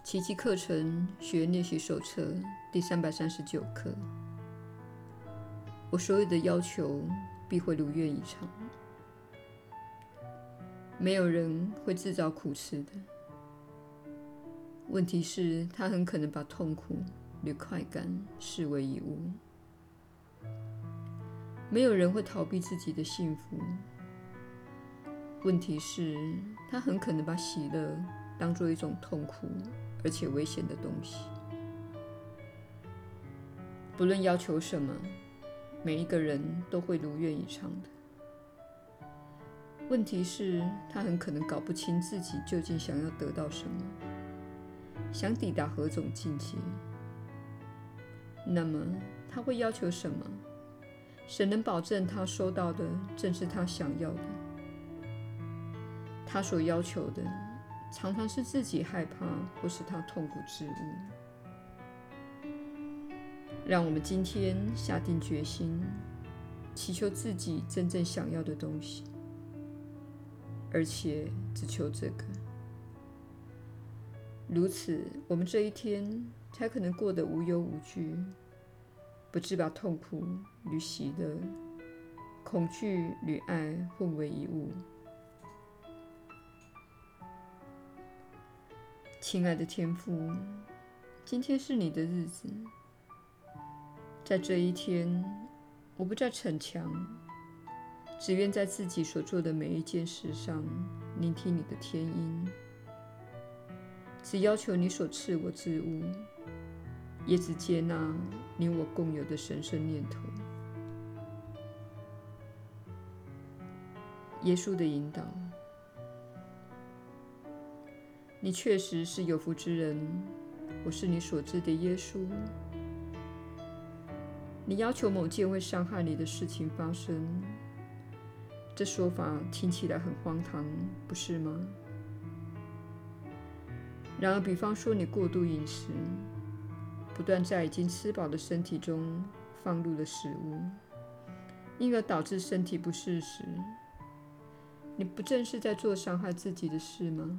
奇迹课程学员练习手册第339课。我所有的要求必会如愿以偿。没有人会制造苦吃的，问题是他很可能把痛苦与快感视为一物。没有人会逃避自己的幸福，问题是他很可能把喜乐当作一种痛苦而且危险的东西。不论要求什么，每一个人都会如愿以偿的。问题是，他很可能搞不清自己究竟想要得到什么，想抵达何种境界。那么，他会要求什么？谁能保证他收到的正是他想要的？他所要求的，常常是自己害怕或是他痛苦之物。让我们今天下定决心，祈求自己真正想要的东西，而且只求这个。如此，我们这一天才可能过得无忧无惧，不致把痛苦与喜乐、恐惧与爱混为一物。亲爱的天父，今天是你的日子，在这一天，我不再逞强，只愿在自己所做的每一件事上聆听你的天音，只要求你所赐我之物，也只接纳你我共有的神圣念头。耶稣的引导，你确实是有福之人，我是你所知的耶稣。你要求某件会伤害你的事情发生，这说法听起来很荒唐，不是吗？然而，比方说你过度饮食，不断在已经吃饱的身体中放入了食物，因而导致身体不适时，你不正是在做伤害自己的事吗？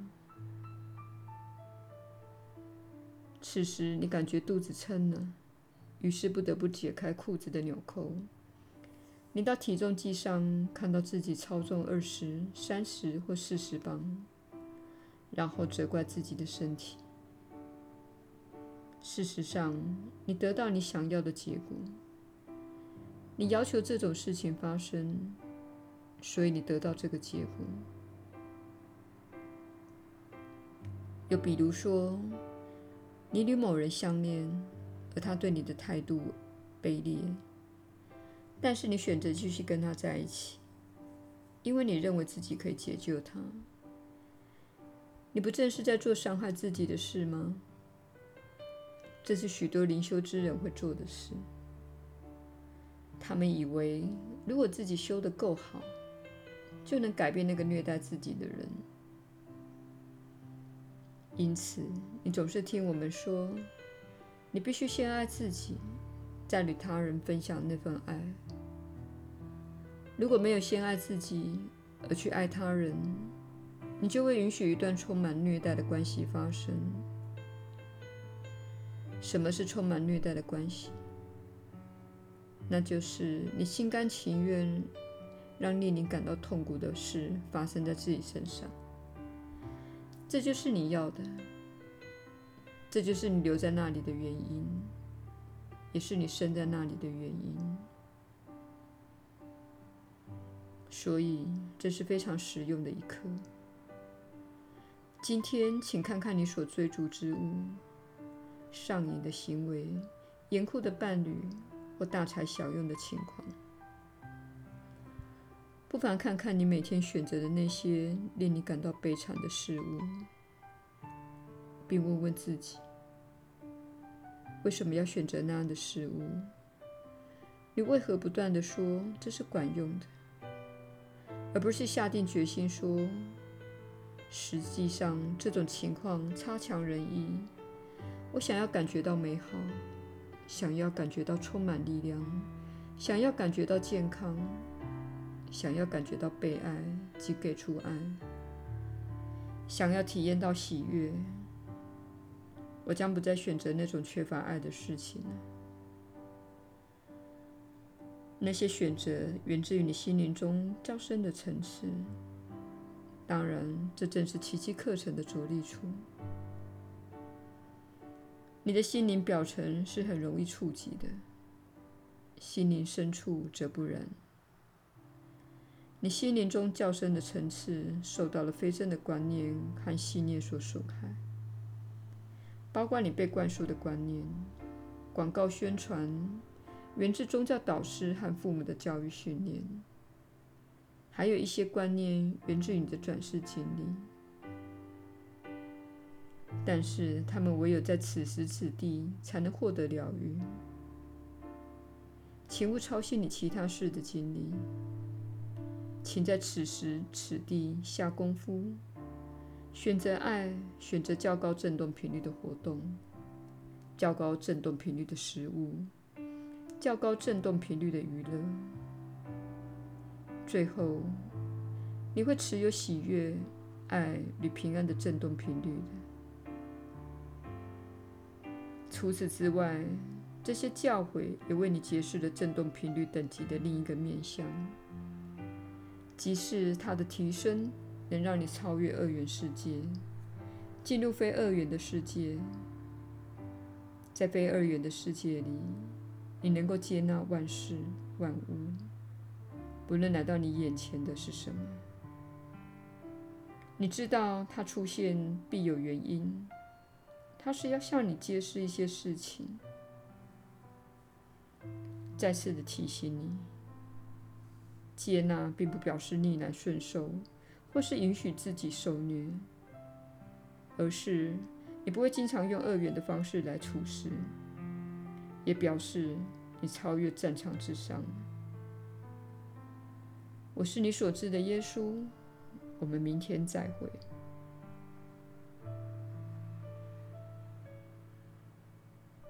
此时你感觉肚子撑了，于是不得不解开裤子的纽扣。你到体重计上看到自己超重20、30或40磅，然后责怪自己的身体。事实上，你得到你想要的结果。你要求这种事情发生，所以你得到这个结果。又比如说，你与某人相恋，而他对你的态度卑劣，但是你选择继续跟他在一起，因为你认为自己可以解救他。你不正是在做伤害自己的事吗？这是许多灵修之人会做的事。他们以为，如果自己修得够好，就能改变那个虐待自己的人。因此，你总是听我们说，你必须先爱自己，再与他人分享那份爱。如果没有先爱自己，而去爱他人，你就会允许一段充满虐待的关系发生。什么是充满虐待的关系？那就是你心甘情愿让令你感到痛苦的事发生在自己身上。这就是你要的，这就是你留在那里的原因，也是你生在那里的原因。所以，这是非常实用的一课。今天，请看看你所追逐之物：上瘾的行为、严酷的伴侣或大材小用的情况。不妨看看你每天选择的那些令你感到悲惨的事物，并问问自己，为什么要选择那样的事物？你为何不断地说这是管用的，而不是下定决心说，实际上这种情况差强人意，我想要感觉到美好，想要感觉到充满力量，想要感觉到健康，想要感觉到被爱及给出爱，想要体验到喜悦。 我将不再选择那种缺乏爱的事情了。那些选择源自于你心灵中较深的层次。当然，这正是奇迹课程的着力处。你的心灵表层是很容易触及的，心灵深处则不然。你心灵中较深的层次受到了非正的观念和信念所损害，包括你被灌输的观念、广告宣传、源自宗教导师和父母的教育训练，还有一些观念源自于你的转世经历。但是，他们唯有在此时此地才能获得疗愈。请勿操心你其他事的经历，请在此时此地下功夫，选择爱，选择较高振动频率的活动，较高振动频率的食物，较高振动频率的娱乐。最后，你会持有喜悦、爱与平安的振动频率的。除此之外，这些教诲也为你揭示了振动频率等级的另一个面向，即是它的提升能让你超越二元世界，进入非二元的世界。在非二元的世界里，你能够接纳万事万物，不论来到你眼前的是什么。你知道它出现必有原因，它是要向你揭示一些事情。再次的提醒你，接纳并不表示逆来顺受，或是允许自己受虐，而是你不会经常用二元的方式来处事，也表示你超越战场之上。我是你所知的耶稣，我们明天再会。